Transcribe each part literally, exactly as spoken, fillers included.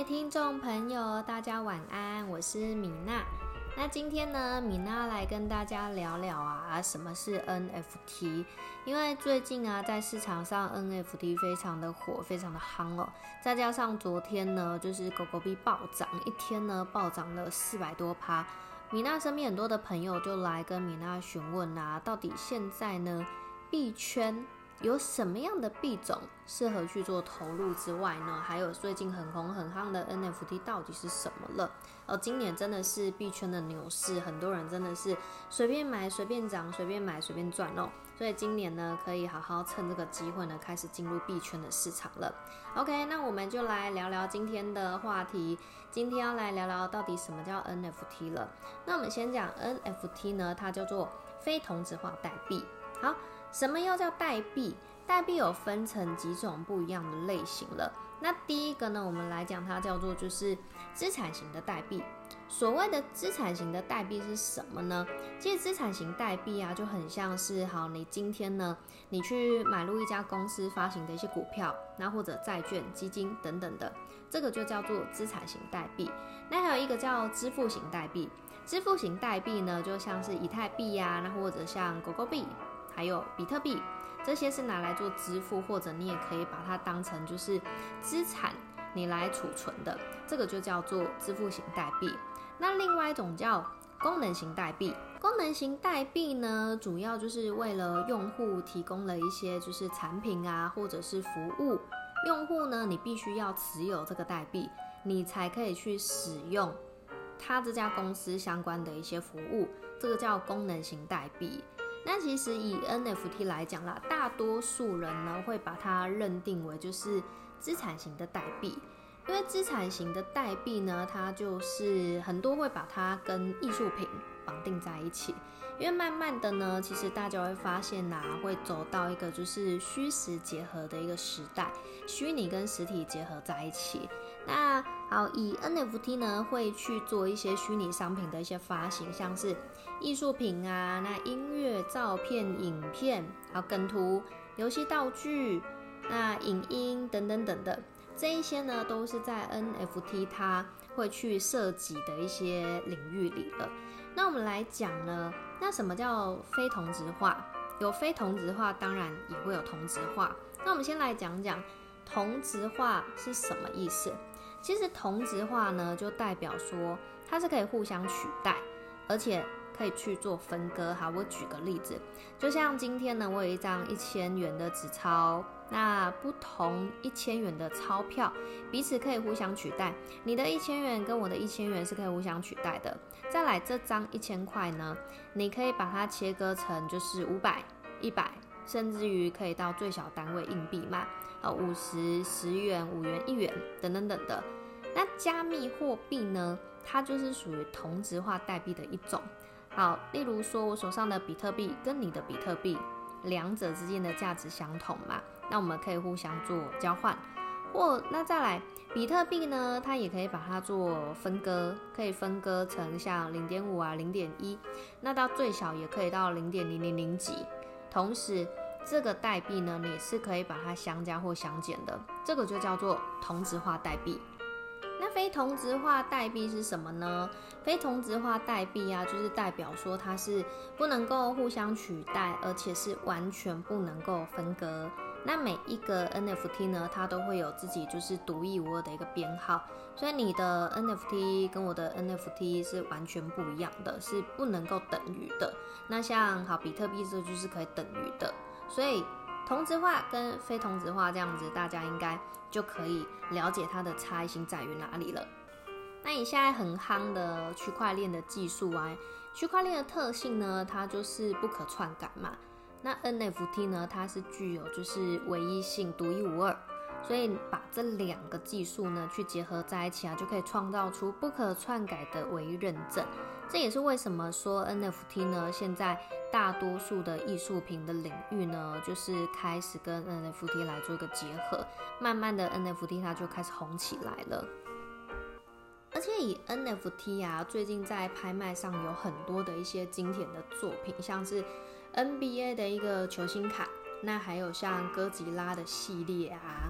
听众朋友，大家晚安，我是米娜。那今天呢，米娜来跟大家聊聊啊，什么是 N F T？ 因为最近啊，在市场上 N F T 非常的火，非常的夯哦。再加上昨天呢，就是狗狗币暴涨，一天呢暴涨了四百多趴。米娜身边很多的朋友就来跟米娜询问啊，到底现在呢，币圈有什么样的币种适合去做投入之外呢，还有最近很红很夯的 N F T 到底是什么了？哦，今年真的是币圈的牛市，很多人真的是随便买随便涨，随便买随便赚哦。所以今年呢，可以好好趁这个机会呢，开始进入币圈的市场了。OK， 那我们就来聊聊今天的话题。今天要来聊聊到底什么叫 N F T 了。那我们先讲 N F T 呢，它叫做非同质化代币。好。什么又叫代币？代币有分成几种不一样的类型了。那第一个呢，我们来讲它叫做就是资产型的代币。所谓的资产型的代币是什么呢？其实资产型代币啊，就很像是好，你今天呢，你去买入一家公司发行的一些股票，那或者债券、基金等等的，这个就叫做资产型代币。那还有一个叫支付型代币。支付型代币呢，就像是以太币呀、啊，那或者像狗狗币。还有比特币，这些是拿来做支付，或者你也可以把它当成就是资产，你来储存的，这个就叫做支付型代币。那另外一种叫功能型代币，功能型代币呢，主要就是为了用户提供了一些就是产品啊，或者是服务，用户呢，你必须要持有这个代币，你才可以去使用它这家公司相关的一些服务，这个叫功能型代币。那其实以 N F T 来讲啦，大多数人呢会把它认定为就是资产型的代币，因为资产型的代币呢，它就是很多会把它跟艺术品绑定在一起，因为慢慢的呢，其实大家会发现啊，会走到一个就是虚实结合的一个时代，虚拟跟实体结合在一起。那好，以 N F T 呢会去做一些虚拟商品的一些发行，像是艺术品啊，那音乐、照片、影片，还有梗图、游戏道具、那影音等等等的，这一些呢都是在 N F T 它会去涉及的一些领域里了。那我们来讲呢，那什么叫非同质化？有非同质化，当然也会有同质化。那我们先来讲讲同质化是什么意思。其实同质化呢，就代表说它是可以互相取代，而且可以去做分割。好，我举个例子，就像今天呢，我有一张一千元的纸钞，那不同一千元的钞票彼此可以互相取代，你的一千元跟我的一千元是可以互相取代的。再来，这张一千块呢，你可以把它切割成就是五百、一百，甚至于可以到最小单位硬币嘛，呃，五十、十元、五元、一元等等等的。那加密货币呢，它就是属于同质化代币的一种。好，例如说我手上的比特币跟你的比特币，两者之间的价值相同嘛，那我们可以互相做交换。或那再来，比特币呢，它也可以把它做分割，可以分割成像 零点五 啊、零点一，那到最小也可以到 零点零零零 几。同时，这个代币呢，你是可以把它相加或相减的，这个就叫做同质化代币。那非同质化代币是什么呢？非同质化代币啊，就是代表说它是不能够互相取代，而且是完全不能够分割。那每一个 N F T 呢，它都会有自己就是独一无二的一个编号，所以你的 N F T 跟我的 N F T 是完全不一样的，是不能够等于的。那像好比特币这就是可以等于的，所以同质化跟非同质化这样子，大家应该就可以了解它的差异性在于哪里了。那以现在很夯的区块链的技术啊，区块链的特性呢，它就是不可篡改嘛。那 N F T 呢，它是具有就是唯一性、独一无二，所以把这两个技术呢去结合在一起啊，就可以创造出不可篡改的唯一认证。这也是为什么说 N F T 呢，现在大多数的艺术品的领域呢，就是开始跟 N F T 来做一个结合，慢慢的 N F T 它就开始红起来了。而且以 N F T 啊，最近在拍卖上有很多的一些经典的作品，像是 N B A 的一个球星卡，那还有像哥吉拉的系列啊，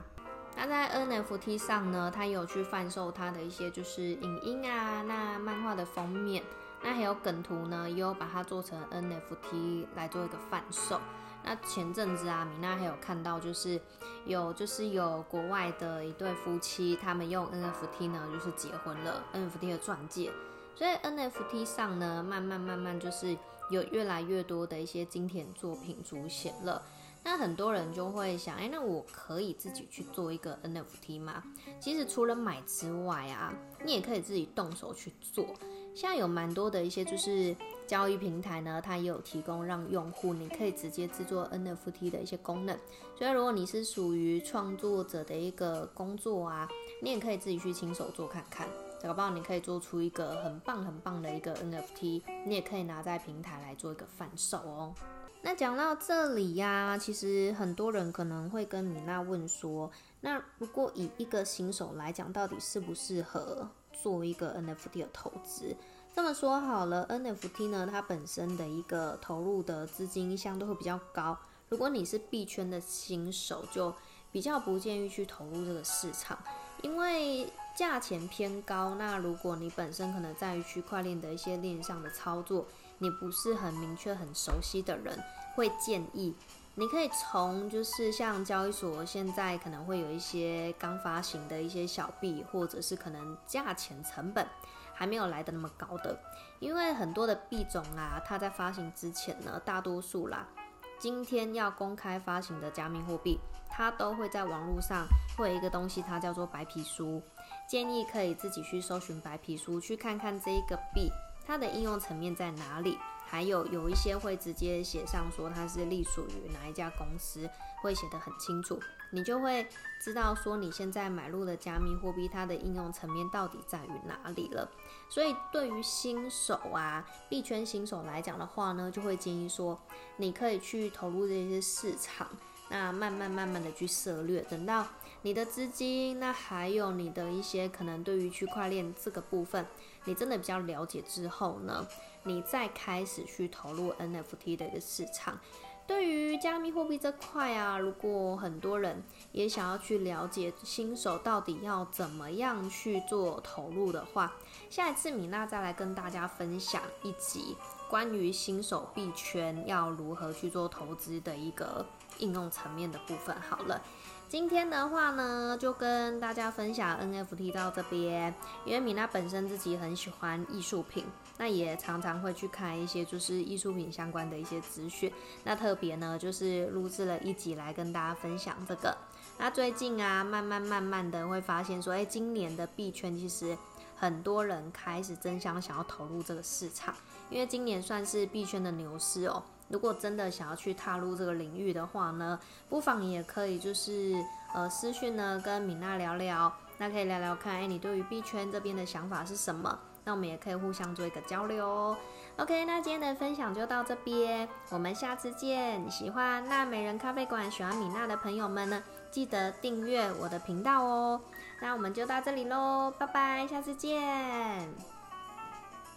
那在 N F T 上呢，它有去贩售它的一些就是影音啊，那漫画的封面，那还有梗图呢，也有把它做成 N F T 来做一个贩售。那前阵子啊，米娜还有看到，就是有就是有国外的一对夫妻，他们用 N F T 呢，就是结婚了 ，N F T 的钻戒。所以 N F T 上呢，慢慢慢慢就是有越来越多的一些经典作品出现了。那很多人就会想，哎，那我可以自己去做一个 N F T 吗？其实除了买之外啊，你也可以自己动手去做。现在有蛮多的一些就是交易平台呢，它也有提供让用户你可以直接制作 N F T 的一些功能。所以如果你是属于创作者的一个工作啊，你也可以自己去亲手做看看。搞不好你可以做出一个很棒很棒的一个 N F T， 你也可以拿在平台来做一个贩售哦。那讲到这里呀、啊，其实很多人可能会跟米娜问说，那如果以一个新手来讲，到底适不适合做一个 N F T 的投资？这么说好了 ，N F T 呢，它本身的一个投入的资金相对会比较高。如果你是币圈的新手，就比较不建议去投入这个市场，因为价钱偏高。那如果你本身可能在于区块链的一些链上的操作，你不是很明确、很熟悉的人，会建议你可以从就是像交易所现在可能会有一些刚发行的一些小币，或者是可能价钱成本还没有来得那么高的，因为很多的币种啊，它在发行之前呢，大多数啦，今天要公开发行的加密货币，它都会在网络上会有一个东西，它叫做白皮书，建议可以自己去搜寻白皮书，去看看这一个币它的应用层面在哪里，还有有一些会直接写上说它是隶属于哪一家公司，会写得很清楚，你就会知道说你现在买入的加密货币它的应用层面到底在于哪里了。所以对于新手啊，币圈新手来讲的话呢，就会建议说你可以去投入这些市场，那慢慢慢慢的去涉略，等到你的资金，那还有你的一些可能对于区块链这个部分，你真的比较了解之后呢，你再开始去投入 N F T 的一个市场。对于加密货币这块啊，如果很多人也想要去了解新手到底要怎么样去做投入的话，下一次米娜再来跟大家分享一集关于新手币圈要如何去做投资的一个应用层面的部分好了。今天的话呢，就跟大家分享 N F T 到这边，因为米娜本身自己很喜欢艺术品，那也常常会去看一些就是艺术品相关的一些资讯，那特别呢就是录制了一集来跟大家分享这个。那最近啊，慢慢慢慢的会发现说，哎，今年的币圈其实很多人开始争相想要投入这个市场，因为今年算是币圈的牛市哦。如果真的想要去踏入这个领域的话呢，不妨也可以就是呃私讯呢跟米娜聊聊，那可以聊聊看，哎，你对于币圈这边的想法是什么？那我们也可以互相做一个交流哦。OK， 那今天的分享就到这边，我们下次见。喜欢娜美人咖啡馆、喜欢米娜的朋友们呢，记得订阅我的频道哦。那我们就到这里咯，拜拜，下次见。